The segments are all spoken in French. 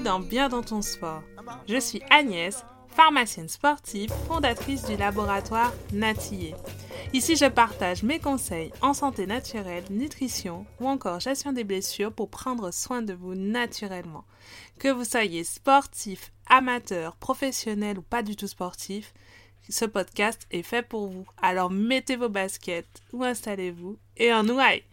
dans Bien dans ton sport. Je suis Agnès, pharmacienne sportive, fondatrice du laboratoire Natillé. Ici, je partage mes conseils en santé naturelle, nutrition ou encore gestion des blessures pour prendre soin de vous naturellement. Que vous soyez sportif, amateur, professionnel ou pas du tout sportif, ce podcast est fait pour vous. Alors mettez vos baskets ou installez-vous et on y aille.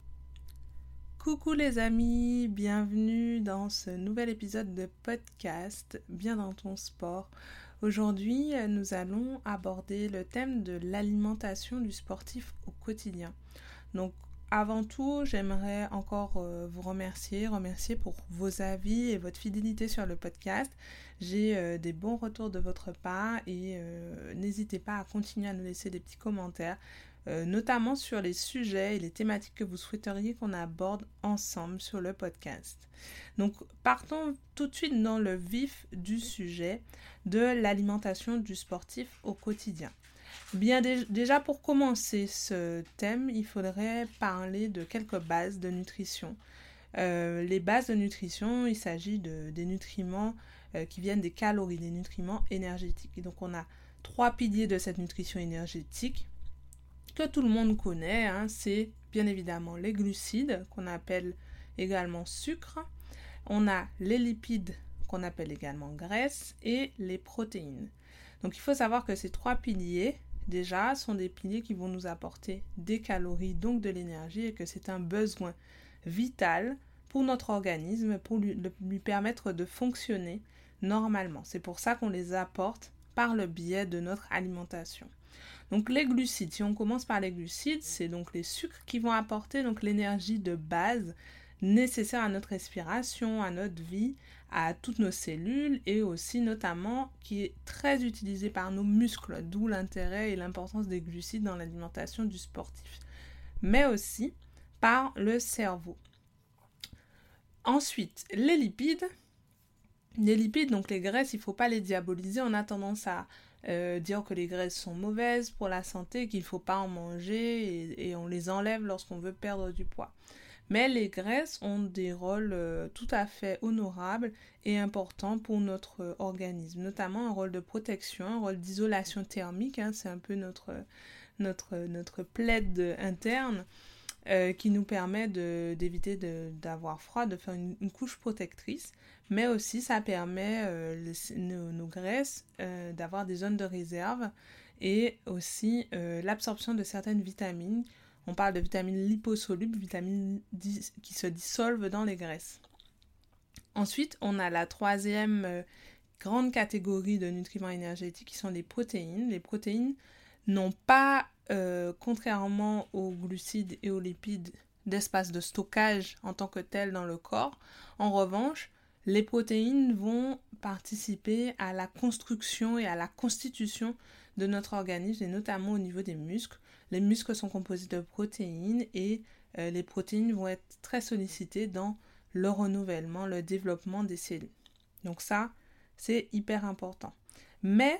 Coucou les amis, bienvenue dans ce nouvel épisode de podcast Bien dans ton sport. Aujourd'hui, nous allons aborder le thème de l'alimentation du sportif au quotidien. Donc, avant tout, j'aimerais encore vous remercier pour vos avis et votre fidélité sur le podcast. J'ai des bons retours de votre part et n'hésitez pas à continuer à nous laisser des petits commentaires, notamment sur les sujets et les thématiques que vous souhaiteriez qu'on aborde ensemble sur le podcast. Donc, partons tout de suite dans le vif du sujet de l'alimentation du sportif au quotidien. Bien, déjà pour commencer ce thème, il faudrait parler de quelques bases de nutrition. Les bases de nutrition, il s'agit des nutriments qui viennent des calories, des nutriments énergétiques. Et donc on a 3 piliers de cette nutrition énergétique que tout le monde connaît. C'est bien évidemment les glucides, qu'on appelle également sucre. On a les lipides, qu'on appelle également graisse, et les protéines. Donc il faut savoir que ces 3 piliers, déjà, sont des piliers qui vont nous apporter des calories, donc de l'énergie, et que c'est un besoin vital pour notre organisme, pour lui permettre de fonctionner normalement. C'est pour ça qu'on les apporte par le biais de notre alimentation. Donc les glucides, si on commence par les glucides, c'est donc les sucres qui vont apporter donc l'énergie de base nécessaire à notre respiration, à notre vie, à toutes nos cellules et aussi notamment qui est très utilisé par nos muscles, d'où l'intérêt et l'importance des glucides dans l'alimentation du sportif, mais aussi par le cerveau. Ensuite, les lipides, donc les graisses, il ne faut pas les diaboliser. On a tendance à dire que les graisses sont mauvaises pour la santé, qu'il ne faut pas en manger et on les enlève lorsqu'on veut perdre du poids. Mais les graisses ont des rôles tout à fait honorables et importants pour notre organisme, notamment un rôle de protection, un rôle d'isolation thermique, c'est un peu notre plaid interne qui nous permet d'éviter d'avoir froid, de faire une couche protectrice, mais aussi ça permet nos graisses d'avoir des zones de réserve et aussi l'absorption de certaines vitamines. On parle de vitamines liposolubles, vitamines qui se dissolvent dans les graisses. Ensuite, on a la troisième grande catégorie de nutriments énergétiques qui sont les protéines. Les protéines n'ont pas, contrairement aux glucides et aux lipides, d'espace de stockage en tant que tel dans le corps. En revanche, les protéines vont participer à la construction et à la constitution de notre organisme et notamment au niveau des muscles. Les muscles sont composés de protéines et les protéines vont être très sollicitées dans le renouvellement, le développement des cellules. Donc ça, c'est hyper important. Mais,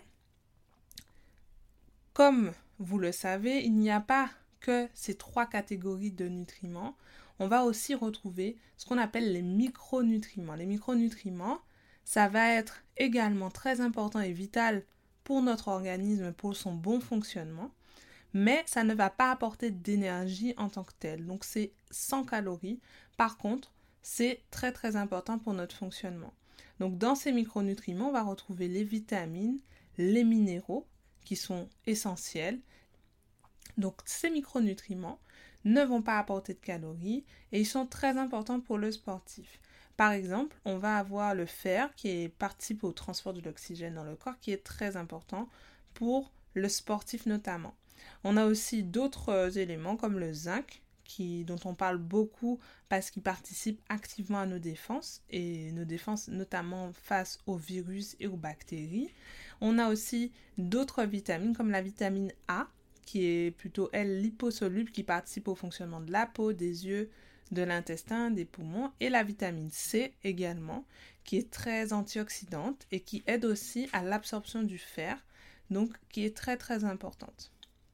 comme vous le savez, il n'y a pas que ces 3 catégories de nutriments. On va aussi retrouver ce qu'on appelle les micronutriments. Les micronutriments, ça va être également très important et vital pour notre organisme, pour son bon fonctionnement, mais ça ne va pas apporter d'énergie en tant que tel. Donc c'est 100 calories. Par contre, c'est très très important pour notre fonctionnement. Donc dans ces micronutriments, on va retrouver les vitamines, les minéraux qui sont essentiels. Donc ces micronutriments ne vont pas apporter de calories et ils sont très importants pour le sportif. Par exemple, on va avoir le fer qui participe au transport de l'oxygène dans le corps, qui est très important pour le sportif notamment. On a aussi d'autres éléments comme le zinc, dont on parle beaucoup parce qu'il participe activement à nos défenses, et nos défenses notamment face aux virus et aux bactéries. On a aussi d'autres vitamines comme la vitamine A, qui est plutôt, elle, liposoluble, qui participe au fonctionnement de la peau, des yeux, de l'intestin, des poumons, et la vitamine C également, qui est très antioxydante et qui aide aussi à l'absorption du fer, donc qui est très très importante.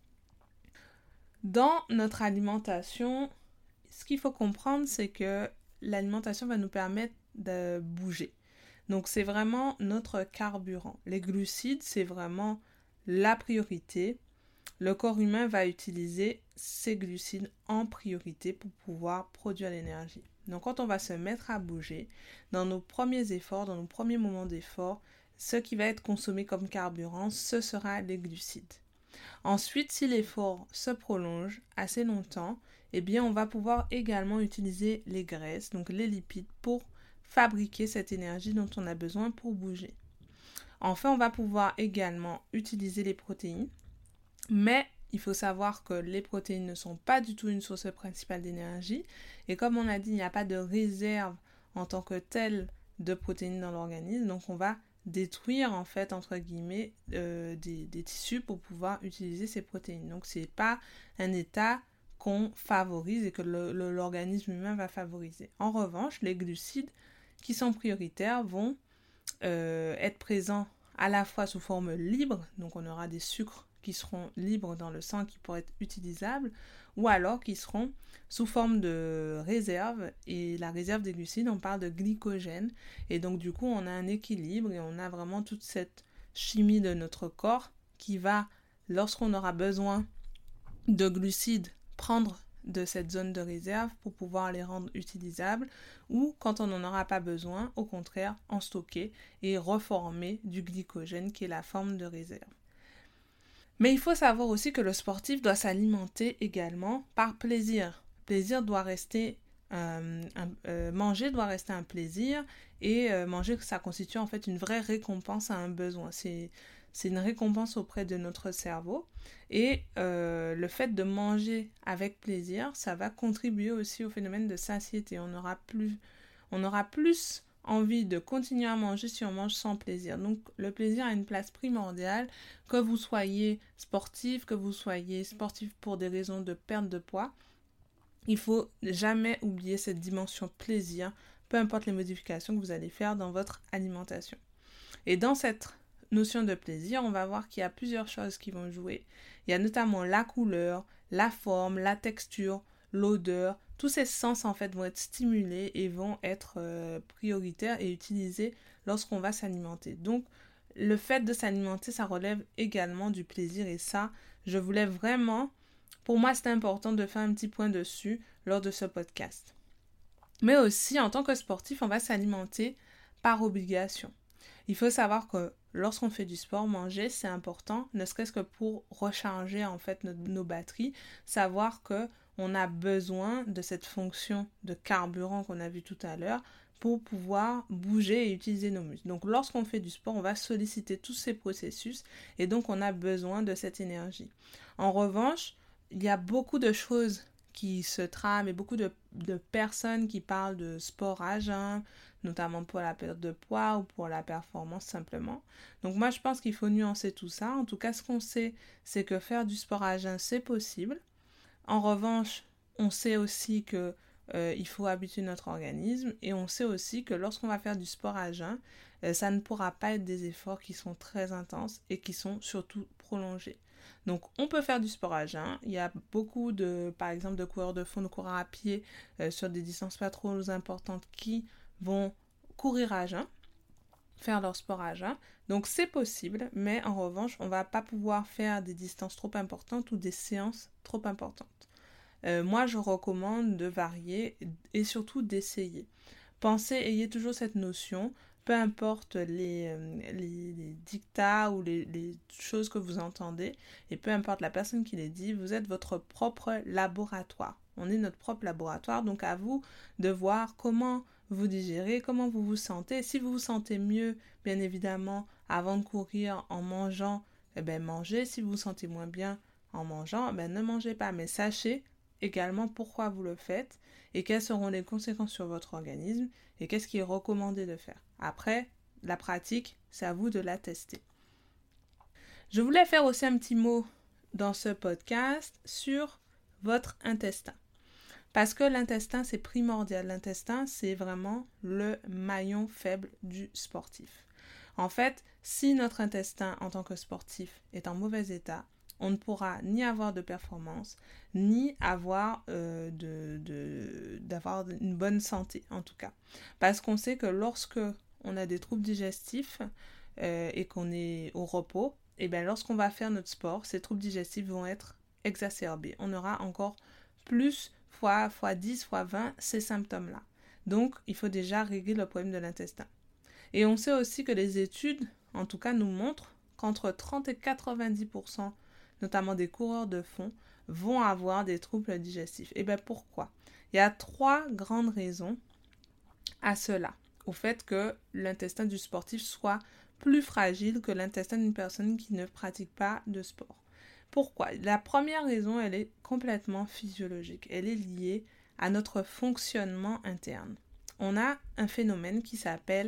Dans notre alimentation, ce qu'il faut comprendre, c'est que l'alimentation va nous permettre de bouger. Donc c'est vraiment notre carburant. Les glucides, c'est vraiment la priorité. Le corps humain va utiliser ces glucides en priorité pour pouvoir produire l'énergie. Donc quand on va se mettre à bouger, dans nos premiers efforts, dans nos premiers moments d'effort, ce qui va être consommé comme carburant, ce sera les glucides. Ensuite, si l'effort se prolonge assez longtemps, eh bien on va pouvoir également utiliser les graisses, donc les lipides, pour fabriquer cette énergie dont on a besoin pour bouger. Enfin, on va pouvoir également utiliser les protéines, mais il faut savoir que les protéines ne sont pas du tout une source principale d'énergie. Et comme on a dit, il n'y a pas de réserve en tant que telle de protéines dans l'organisme. Donc on va détruire en fait, entre guillemets, des tissus pour pouvoir utiliser ces protéines. Donc c'est pas un état qu'on favorise et que l'organisme humain va favoriser. En revanche, les glucides qui sont prioritaires vont être présents à la fois sous forme libre, donc on aura des sucres qui seront libres dans le sang qui pourraient être utilisables, ou alors qui seront sous forme de réserve, et la réserve des glucides, on parle de glycogène, et donc du coup on a un équilibre et on a vraiment toute cette chimie de notre corps qui va, lorsqu'on aura besoin de glucides, prendre de cette zone de réserve pour pouvoir les rendre utilisables, ou quand on n'en aura pas besoin, au contraire, en stocker et reformer du glycogène qui est la forme de réserve. Mais il faut savoir aussi que le sportif doit s'alimenter également par plaisir. Plaisir doit rester manger doit rester un plaisir, et manger, ça constitue en fait une vraie récompense à un besoin. C'est une récompense auprès de notre cerveau, et le fait de manger avec plaisir, ça va contribuer aussi au phénomène de satiété. On aura plus envie de continuer à manger si on mange sans plaisir. Donc le plaisir a une place primordiale, que vous soyez sportif, que vous soyez sportif pour des raisons de perte de poids. Il faut jamais oublier cette dimension plaisir, peu importe les modifications que vous allez faire dans votre alimentation. Et dans cette notion de plaisir, on va voir qu'il y a plusieurs choses qui vont jouer. Il y a notamment la couleur, la forme, la texture, l'odeur. Tous ces sens en fait vont être stimulés et vont être prioritaires et utilisés lorsqu'on va s'alimenter. Donc le fait de s'alimenter, ça relève également du plaisir, et ça, je voulais vraiment, pour moi c'est important de faire un petit point dessus lors de ce podcast. Mais aussi en tant que sportif, on va s'alimenter par obligation. Il faut savoir que lorsqu'on fait du sport, manger c'est important, ne serait-ce que pour recharger en fait nos batteries, savoir que on a besoin de cette fonction de carburant qu'on a vu tout à l'heure pour pouvoir bouger et utiliser nos muscles. Donc lorsqu'on fait du sport, on va solliciter tous ces processus, et donc on a besoin de cette énergie. En revanche, il y a beaucoup de choses qui se trament et beaucoup de personnes qui parlent de sport à jeun, notamment pour la perte de poids ou pour la performance simplement. Donc moi je pense qu'il faut nuancer tout ça. En tout cas, ce qu'on sait, c'est que faire du sport à jeun, c'est possible. En revanche, on sait aussi que il faut habituer notre organisme, et on sait aussi que lorsqu'on va faire du sport à jeun, ça ne pourra pas être des efforts qui sont très intenses et qui sont surtout prolongés. Donc on peut faire du sport à jeun. Il y a beaucoup par exemple de coureurs de fond, de coureurs à pied sur des distances pas trop importantes qui vont courir à jeun, faire leur sport à jeun. Donc c'est possible, mais en revanche, on ne va pas pouvoir faire des distances trop importantes ou des séances trop importantes. Moi, je recommande de varier et surtout d'essayer. Ayez toujours cette notion, peu importe les dictats ou les choses que vous entendez, et peu importe la personne qui les dit, vous êtes votre propre laboratoire. On est notre propre laboratoire, donc à vous de voir comment vous digérez, comment vous vous sentez. Si vous vous sentez mieux, bien évidemment, avant de courir en mangeant, mangez. Si vous vous sentez moins bien en mangeant, ne mangez pas. Mais sachez également pourquoi vous le faites et quelles seront les conséquences sur votre organisme et qu'est-ce qui est recommandé de faire. Après, la pratique, c'est à vous de la tester. Je voulais faire aussi un petit mot dans ce podcast sur votre intestin. Parce que l'intestin, c'est primordial. L'intestin, c'est vraiment le maillon faible du sportif. En fait, si notre intestin, en tant que sportif, est en mauvais état, on ne pourra ni avoir de performance, ni avoir d'avoir une bonne santé, en tout cas. Parce qu'on sait que lorsque on a des troubles digestifs et qu'on est au repos, et bien lorsqu'on va faire notre sport, ces troubles digestifs vont être exacerbés. On aura encore plus fois 10, fois 20 ces symptômes-là. Donc, il faut déjà régler le problème de l'intestin. Et on sait aussi que les études, en tout cas, nous montrent qu'entre 30 et 90%, notamment des coureurs de fond, vont avoir des troubles digestifs. Et bien pourquoi? Il y a 3 grandes raisons à cela, au fait que l'intestin du sportif soit plus fragile que l'intestin d'une personne qui ne pratique pas de sport. Pourquoi? La première raison, elle est complètement physiologique. Elle est liée à notre fonctionnement interne. On a un phénomène qui s'appelle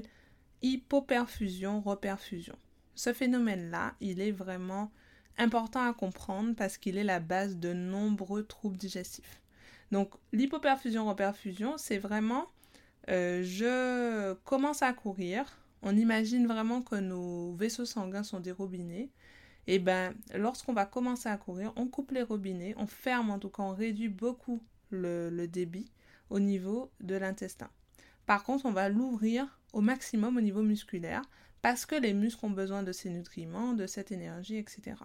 hypoperfusion-reperfusion. Ce phénomène-là, il est vraiment important à comprendre parce qu'il est la base de nombreux troubles digestifs. Donc, l'hypoperfusion-reperfusion, c'est vraiment, je commence à courir, on imagine vraiment que nos vaisseaux sanguins sont des robinets, et bien, lorsqu'on va commencer à courir, on coupe les robinets, on ferme en tout cas, on réduit beaucoup le débit au niveau de l'intestin. Par contre, on va l'ouvrir au maximum au niveau musculaire parce que les muscles ont besoin de ces nutriments, de cette énergie, etc.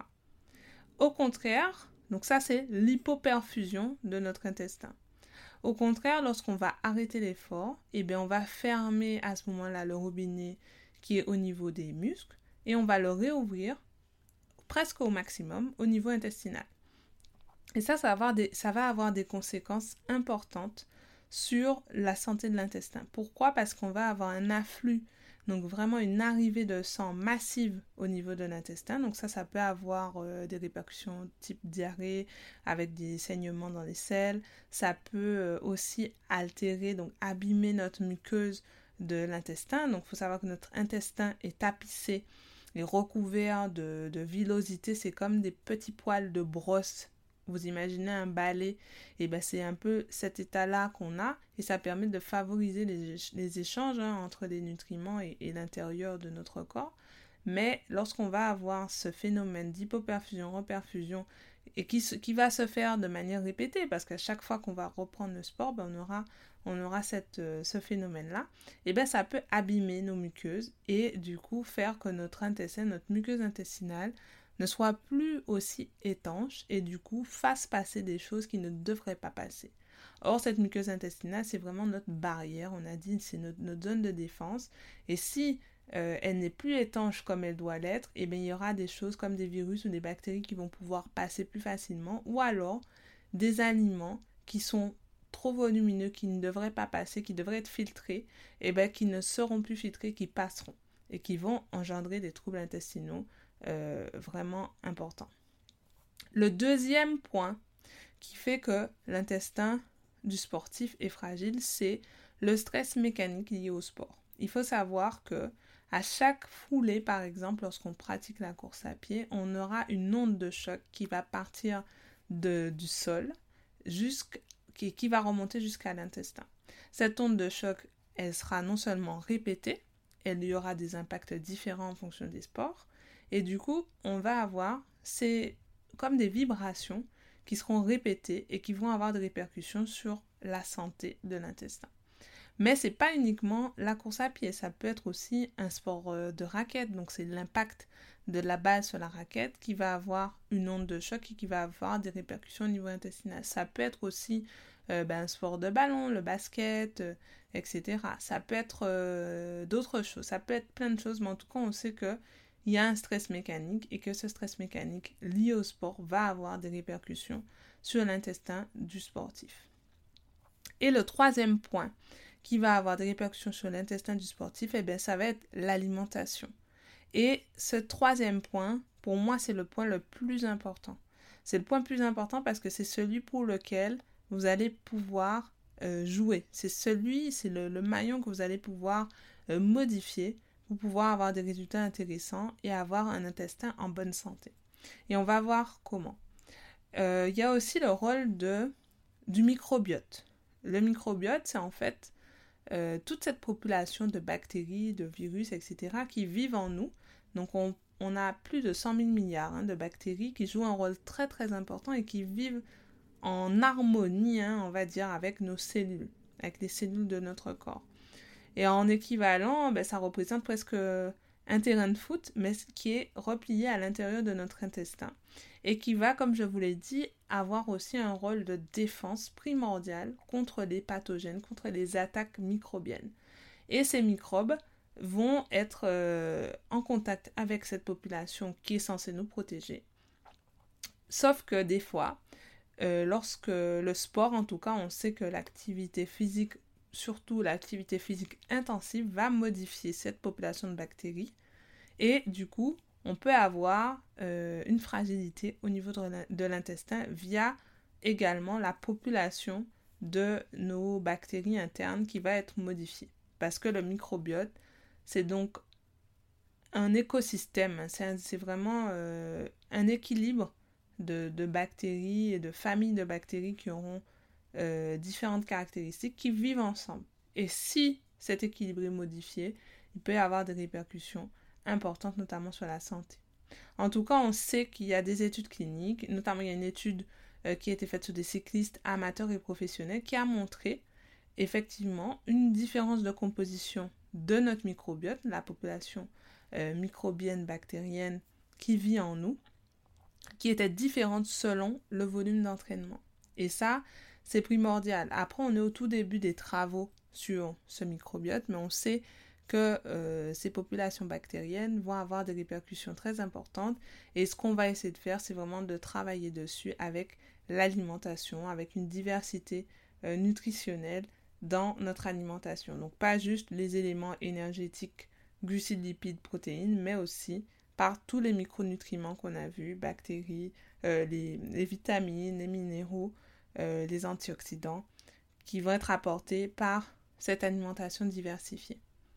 Au contraire, donc ça c'est l'hypoperfusion de notre intestin. Au contraire, lorsqu'on va arrêter l'effort, eh bien on va fermer à ce moment-là le robinet qui est au niveau des muscles et on va le réouvrir presque au maximum au niveau intestinal. Et ça va avoir des conséquences importantes sur la santé de l'intestin. Pourquoi? Parce qu'on va avoir un afflux, donc vraiment une arrivée de sang massive au niveau de l'intestin. Donc ça peut avoir des répercussions type diarrhée avec des saignements dans les selles. Ça peut aussi altérer, donc abîmer notre muqueuse de l'intestin. Donc il faut savoir que notre intestin est tapissé et recouvert de villosité. C'est comme des petits poils de brosse. Vous imaginez un balai, et ben c'est un peu cet état-là qu'on a et ça permet de favoriser les échanges entre les nutriments et l'intérieur de notre corps. Mais lorsqu'on va avoir ce phénomène d'hypoperfusion-reperfusion et qui va se faire de manière répétée, parce qu'à chaque fois qu'on va reprendre le sport, ben on aura ce phénomène-là, et ben ça peut abîmer nos muqueuses et du coup faire que notre intestin, notre muqueuse intestinale, ne soit plus aussi étanche et du coup fasse passer des choses qui ne devraient pas passer. Or, cette muqueuse intestinale, c'est vraiment notre barrière, on a dit, c'est notre zone de défense. Et si elle n'est plus étanche comme elle doit l'être, eh bien, il y aura des choses comme des virus ou des bactéries qui vont pouvoir passer plus facilement, ou alors des aliments qui sont trop volumineux, qui ne devraient pas passer, qui devraient être filtrés, eh bien, qui ne seront plus filtrés, qui passeront et qui vont engendrer des troubles intestinaux vraiment important. Le deuxième point qui fait que l'intestin du sportif est fragile, c'est le stress mécanique lié au sport. Il faut savoir que à chaque foulée, par exemple, lorsqu'on pratique la course à pied, on aura une onde de choc qui va partir du sol qui va remonter jusqu'à l'intestin. Cette onde de choc, elle sera non seulement répétée, il y aura des impacts différents en fonction des sports, et du coup, on va avoir comme des vibrations qui seront répétées et qui vont avoir des répercussions sur la santé de l'intestin. Mais ce n'est pas uniquement la course à pied, ça peut être aussi un sport de raquette, donc c'est l'impact de la balle sur la raquette qui va avoir une onde de choc et qui va avoir des répercussions au niveau intestinal. Ça peut être aussi un sport de ballon, le basket, etc. Ça peut être d'autres choses, ça peut être plein de choses, mais en tout cas on sait que il y a un stress mécanique et que ce stress mécanique lié au sport va avoir des répercussions sur l'intestin du sportif. Et le troisième point qui va avoir des répercussions sur l'intestin du sportif, eh bien, ça va être l'alimentation. Et ce troisième point, pour moi, c'est le point le plus important. C'est le point le plus important parce que c'est celui pour lequel vous allez pouvoir jouer. C'est le maillon que vous allez pouvoir modifier pour pouvoir avoir des résultats intéressants et avoir un intestin en bonne santé. Et on va voir comment. Il y a aussi le rôle du microbiote. Le microbiote, c'est en fait toute cette population de bactéries, de virus, etc. qui vivent en nous. Donc on a plus de 100 000 milliards de bactéries qui jouent un rôle très très important et qui vivent en harmonie, on va dire, avec nos cellules, avec les cellules de notre corps. Et en équivalent, ça représente presque un terrain de foot, mais qui est replié à l'intérieur de notre intestin et qui va, comme je vous l'ai dit, avoir aussi un rôle de défense primordial contre les pathogènes, contre les attaques microbiennes. Et ces microbes vont être en contact avec cette population qui est censée nous protéger. Sauf que des fois, lorsque le sport, en tout cas, on sait que l'activité physique, surtout l'activité physique intensive, va modifier cette population de bactéries. Et du coup, on peut avoir une fragilité au niveau de l'intestin via également la population de nos bactéries internes qui va être modifiée. Parce que le microbiote, c'est donc un écosystème, c'est vraiment un équilibre de bactéries et de familles de bactéries qui auront différentes caractéristiques qui vivent ensemble. Et si cet équilibre est modifié, il peut y avoir des répercussions importantes, notamment sur la santé. En tout cas, on sait qu'il y a des études cliniques, notamment il y a une étude qui a été faite sur des cyclistes amateurs et professionnels qui a montré effectivement une différence de composition de notre microbiote, la population microbienne bactérienne qui vit en nous, qui était différente selon le volume d'entraînement. Et ça, c'est primordial. Après, on est au tout début des travaux sur ce microbiote, mais on sait que ces populations bactériennes vont avoir des répercussions très importantes. Et ce qu'on va essayer de faire, c'est vraiment de travailler dessus avec l'alimentation, avec une diversité nutritionnelle dans notre alimentation. Donc, pas juste les éléments énergétiques, glucides, lipides, protéines, mais aussi par tous les micronutriments qu'on a vus, bactéries, les vitamines, les minéraux, les antioxydants, qui vont être apportés par cette alimentation diversifiée.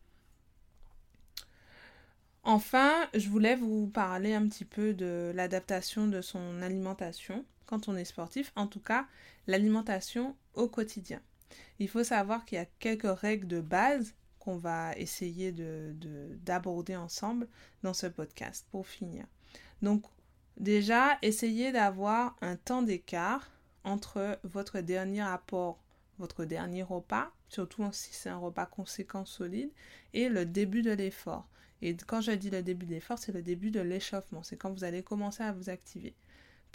Enfin, je voulais vous parler un petit peu de l'adaptation de son alimentation quand on est sportif, en tout cas l'alimentation au quotidien. Il faut savoir qu'il y a quelques règles de base qu'on va essayer d'aborder ensemble dans ce podcast pour finir. Donc déjà, essayez d'avoir un temps d'écart entre votre dernier apport, votre dernier repas, surtout si c'est un repas conséquent, solide, et le début de l'effort. Et quand je dis le début de l'effort, c'est le début de l'échauffement. C'est quand vous allez commencer à vous activer. Pourquoi ?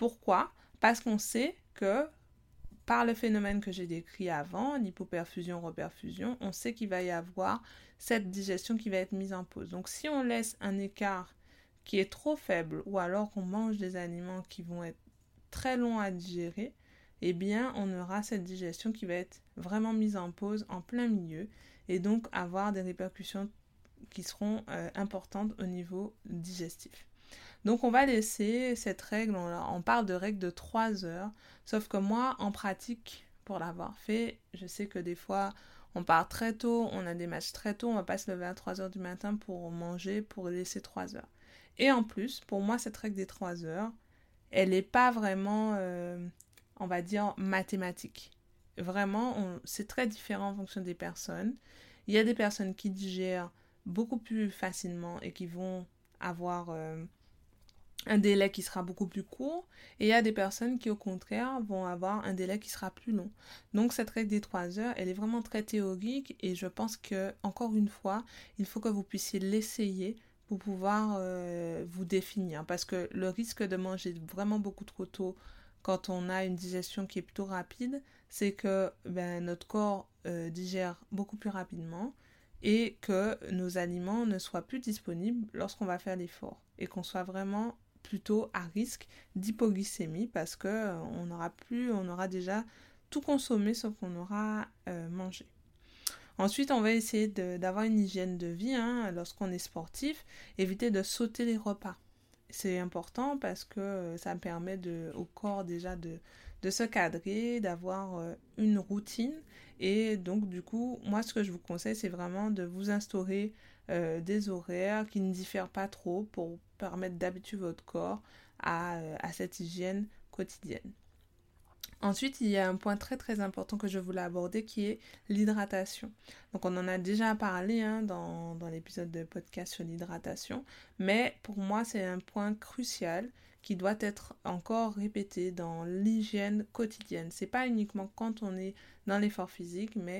Parce qu'on sait que par le phénomène que j'ai décrit avant, l'hypoperfusion-reperfusion, on sait qu'il va y avoir cette digestion qui va être mise en pause. Donc si on laisse un écart qui est trop faible ou alors qu'on mange des aliments qui vont être très longs à digérer, eh bien on aura cette digestion qui va être vraiment mise en pause en plein milieu et donc avoir des répercussions qui seront importantes au niveau digestif. Donc on va laisser cette règle, on parle de règle de 3 heures, sauf que moi en pratique, pour l'avoir fait, je sais que des fois on part très tôt, on a des matchs très tôt, on va pas se lever à 3 heures du matin pour manger, pour laisser 3 heures. Et en plus, pour moi cette règle des 3 heures, elle n'est pas vraiment, on va dire, mathématique. Vraiment, c'est très différent en fonction des personnes. Il y a des personnes qui digèrent beaucoup plus facilement et qui vont avoir un délai qui sera beaucoup plus court et il y a des personnes qui au contraire vont avoir un délai qui sera plus long. Donc cette règle des 3 heures, elle est vraiment très théorique et je pense que encore une fois, il faut que vous puissiez l'essayer pour pouvoir vous définir parce que le risque de manger vraiment beaucoup trop tôt quand on a une digestion qui est plutôt rapide, c'est que notre corps digère beaucoup plus rapidement et que nos aliments ne soient plus disponibles lorsqu'on va faire l'effort et qu'on soit vraiment plutôt à risque d'hypoglycémie parce que on aura déjà tout consommé sauf qu'on aura mangé. Ensuite, on va essayer d'avoir une hygiène de vie lorsqu'on est sportif, éviter de sauter les repas. C'est important parce que ça permet au corps déjà de se cadrer, d'avoir une routine. Et donc, du coup, moi, ce que je vous conseille, c'est vraiment de vous instaurer des horaires qui ne diffèrent pas trop pour permettre d'habituer votre corps à cette hygiène quotidienne. Ensuite, il y a un point très très important que je voulais aborder qui est l'hydratation. Donc on en a déjà parlé dans l'épisode de podcast sur l'hydratation, mais pour moi c'est un point crucial qui doit être encore répété dans l'hygiène quotidienne. C'est pas uniquement quand on est dans l'effort physique, mais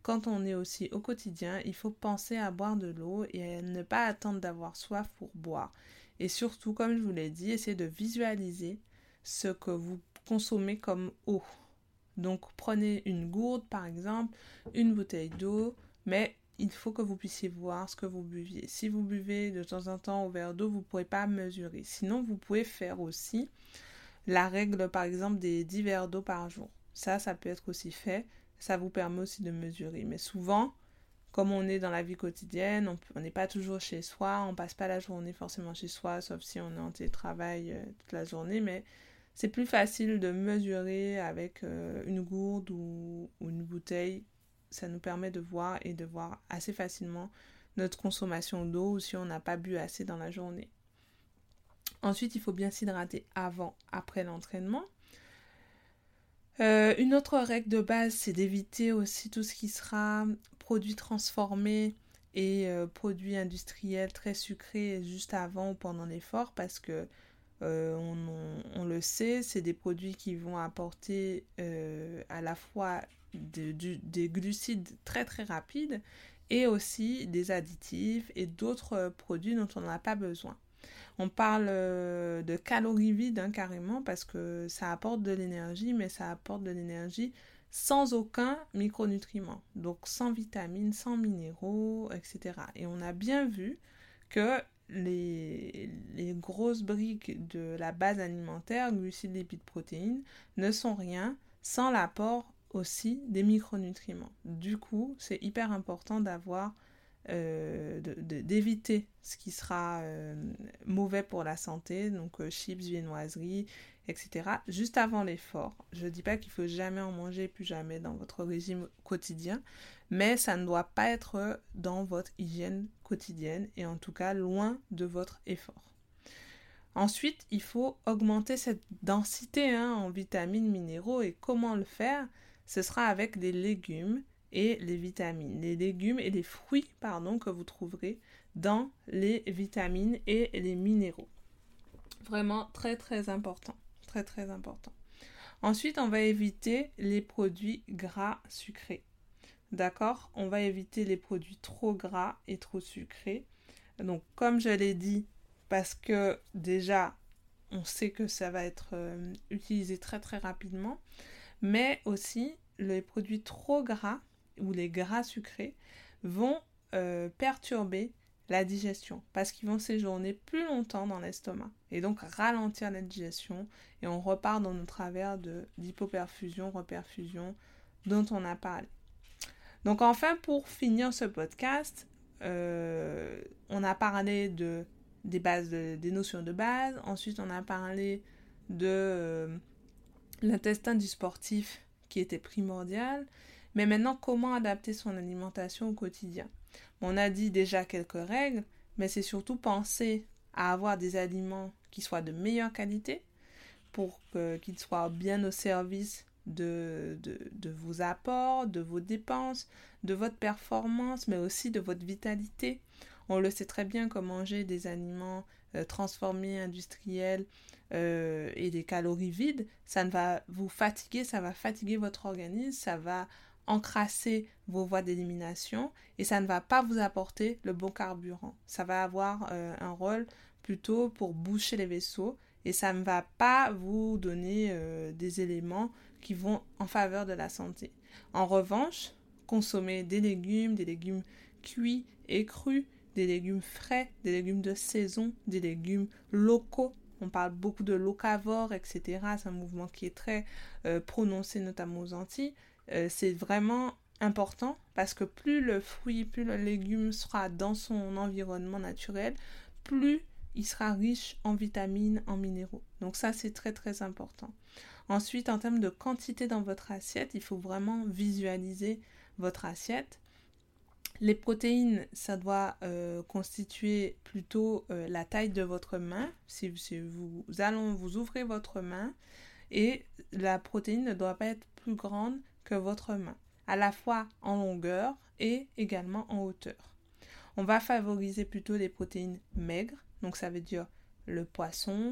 quand on est aussi au quotidien, il faut penser à boire de l'eau et à ne pas attendre d'avoir soif pour boire. Et surtout, comme je vous l'ai dit, essayez de visualiser ce que vous consommez comme eau. Donc prenez une gourde par exemple, une bouteille d'eau, mais il faut que vous puissiez voir ce que vous buviez. Si vous buvez de temps en temps au verre d'eau, vous ne pourrez pas mesurer. Sinon, vous pouvez faire aussi la règle par exemple des 10 verres d'eau par jour. Ça peut être aussi fait. Ça vous permet aussi de mesurer. Mais souvent, comme on est dans la vie quotidienne, on n'est pas toujours chez soi, on passe pas la journée forcément chez soi, sauf si on est en télétravail toute la journée, mais c'est plus facile de mesurer avec une gourde ou une bouteille. Ça nous permet de voir et de voir assez facilement notre consommation d'eau ou si on n'a pas bu assez dans la journée. Ensuite, il faut bien s'hydrater avant, après l'entraînement. Une autre règle de base, c'est d'éviter aussi tout ce qui sera produits transformés et produits industriels très sucrés juste avant ou pendant l'effort parce que on le sait, c'est des produits qui vont apporter à la fois des glucides très très rapides et aussi des additifs et d'autres produits dont on n'a pas besoin. On parle de calories vides carrément parce que ça apporte de l'énergie, mais ça apporte de l'énergie sans aucun micronutriment, donc sans vitamines, sans minéraux, etc. Et on a bien vu que les grosses briques de la base alimentaire, glucides, lipides, protéines, ne sont rien sans l'apport aussi des micronutriments. Du coup, c'est hyper important d'éviter ce qui sera mauvais pour la santé, donc chips, viennoiseries, etc. juste avant l'effort. Je ne dis pas qu'il ne faut jamais en manger, plus jamais dans votre régime quotidien, mais ça ne doit pas être dans votre hygiène quotidienne et en tout cas loin de votre effort. Ensuite, il faut augmenter cette densité en vitamines, minéraux et comment le faire? Ce sera avec des légumes et les vitamines, les légumes et les fruits que vous trouverez dans les vitamines et les minéraux. Vraiment très très important, très très important. Ensuite, on va éviter les produits gras sucrés. D'accord? On va éviter les produits trop gras et trop sucrés. Donc, comme je l'ai dit, parce que déjà, on sait que ça va être utilisé très très rapidement, mais aussi les produits trop gras ou les gras sucrés vont perturber la digestion parce qu'ils vont séjourner plus longtemps dans l'estomac et donc ralentir la digestion et on repart dans nos travers d'hypoperfusion, reperfusion dont on a parlé. Donc enfin, pour finir ce podcast, on a parlé des bases, des notions de base. Ensuite, on a parlé de l'intestin du sportif qui était primordial. Mais maintenant, comment adapter son alimentation au quotidien? On a dit déjà quelques règles, mais c'est surtout penser à avoir des aliments qui soient de meilleure qualité pour qu'ils soient bien au service de vos apports, de vos dépenses, de votre performance, mais aussi de votre vitalité. On le sait très bien que manger des aliments transformés, industriels et des calories vides, ça ne va vous fatiguer, ça va fatiguer votre organisme, ça va encrasser vos voies d'élimination et ça ne va pas vous apporter le bon carburant. Ça va avoir un rôle plutôt pour boucher les vaisseaux et ça ne va pas vous donner des éléments qui vont en faveur de la santé. En revanche, consommer des légumes cuits et crus, des légumes frais, des légumes de saison, des légumes locaux. On parle beaucoup de locavore, etc. C'est un mouvement qui est très prononcé notamment aux Antilles. C'est vraiment important parce que plus le fruit, plus le légume sera dans son environnement naturel, plus il sera riche en vitamines, en minéraux. Donc ça, c'est très très important. Ensuite, en termes de quantité dans votre assiette, il faut vraiment visualiser votre assiette. Les protéines, ça doit constituer plutôt la taille de votre main. Si vous ouvrez votre main et la protéine ne doit pas être plus grande que votre main, à la fois en longueur et également en hauteur. On va favoriser plutôt les protéines maigres, donc ça veut dire le poisson,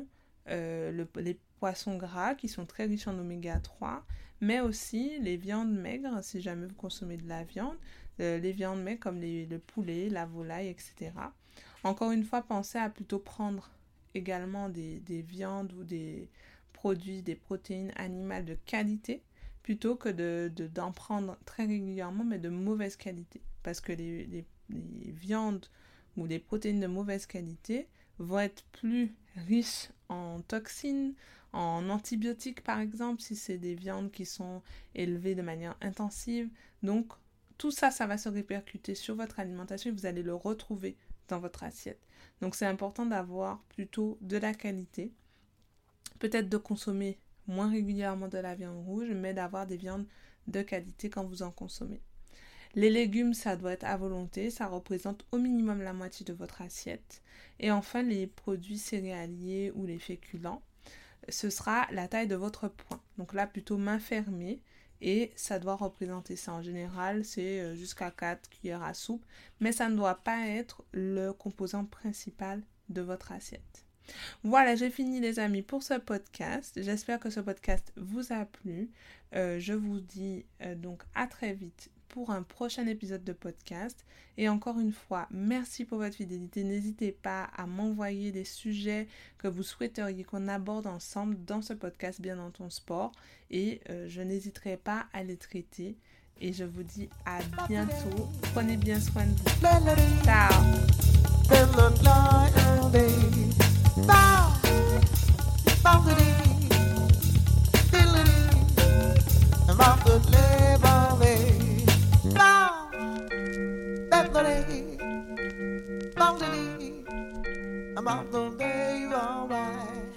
les poissons gras qui sont très riches en oméga 3, mais aussi les viandes maigres, si jamais vous consommez de la viande, les viandes maigres comme le poulet, la volaille, etc. Encore une fois, pensez à plutôt prendre également des viandes ou des produits, des protéines animales de qualité, plutôt que d'en prendre très régulièrement, mais de mauvaise qualité. Parce que les viandes ou les protéines de mauvaise qualité vont être plus riches en toxines, en antibiotiques par exemple, si c'est des viandes qui sont élevées de manière intensive. Donc, tout ça, ça va se répercuter sur votre alimentation et vous allez le retrouver dans votre assiette. Donc, c'est important d'avoir plutôt de la qualité. Peut-être de consommer moins régulièrement de la viande rouge, mais d'avoir des viandes de qualité quand vous en consommez. Les légumes, ça doit être à volonté, ça représente au minimum la moitié de votre assiette. Et enfin, les produits céréaliers ou les féculents, ce sera la taille de votre poing. Donc là, plutôt main fermée, et ça doit représenter ça. En général, c'est jusqu'à 4 cuillères à soupe, mais ça ne doit pas être le composant principal de votre assiette. Voilà, j'ai fini les amis pour ce podcast. J'espère que ce podcast vous a plu. Je vous dis donc à très vite pour un prochain épisode de podcast. Et encore une fois, merci pour votre fidélité. N'hésitez pas à m'envoyer des sujets que vous souhaiteriez qu'on aborde ensemble dans ce podcast Bien dans ton sport. Et je n'hésiterai pas à les traiter. Et je vous dis à bientôt. Prenez bien soin de vous. Ciao. I'm off the day, all right.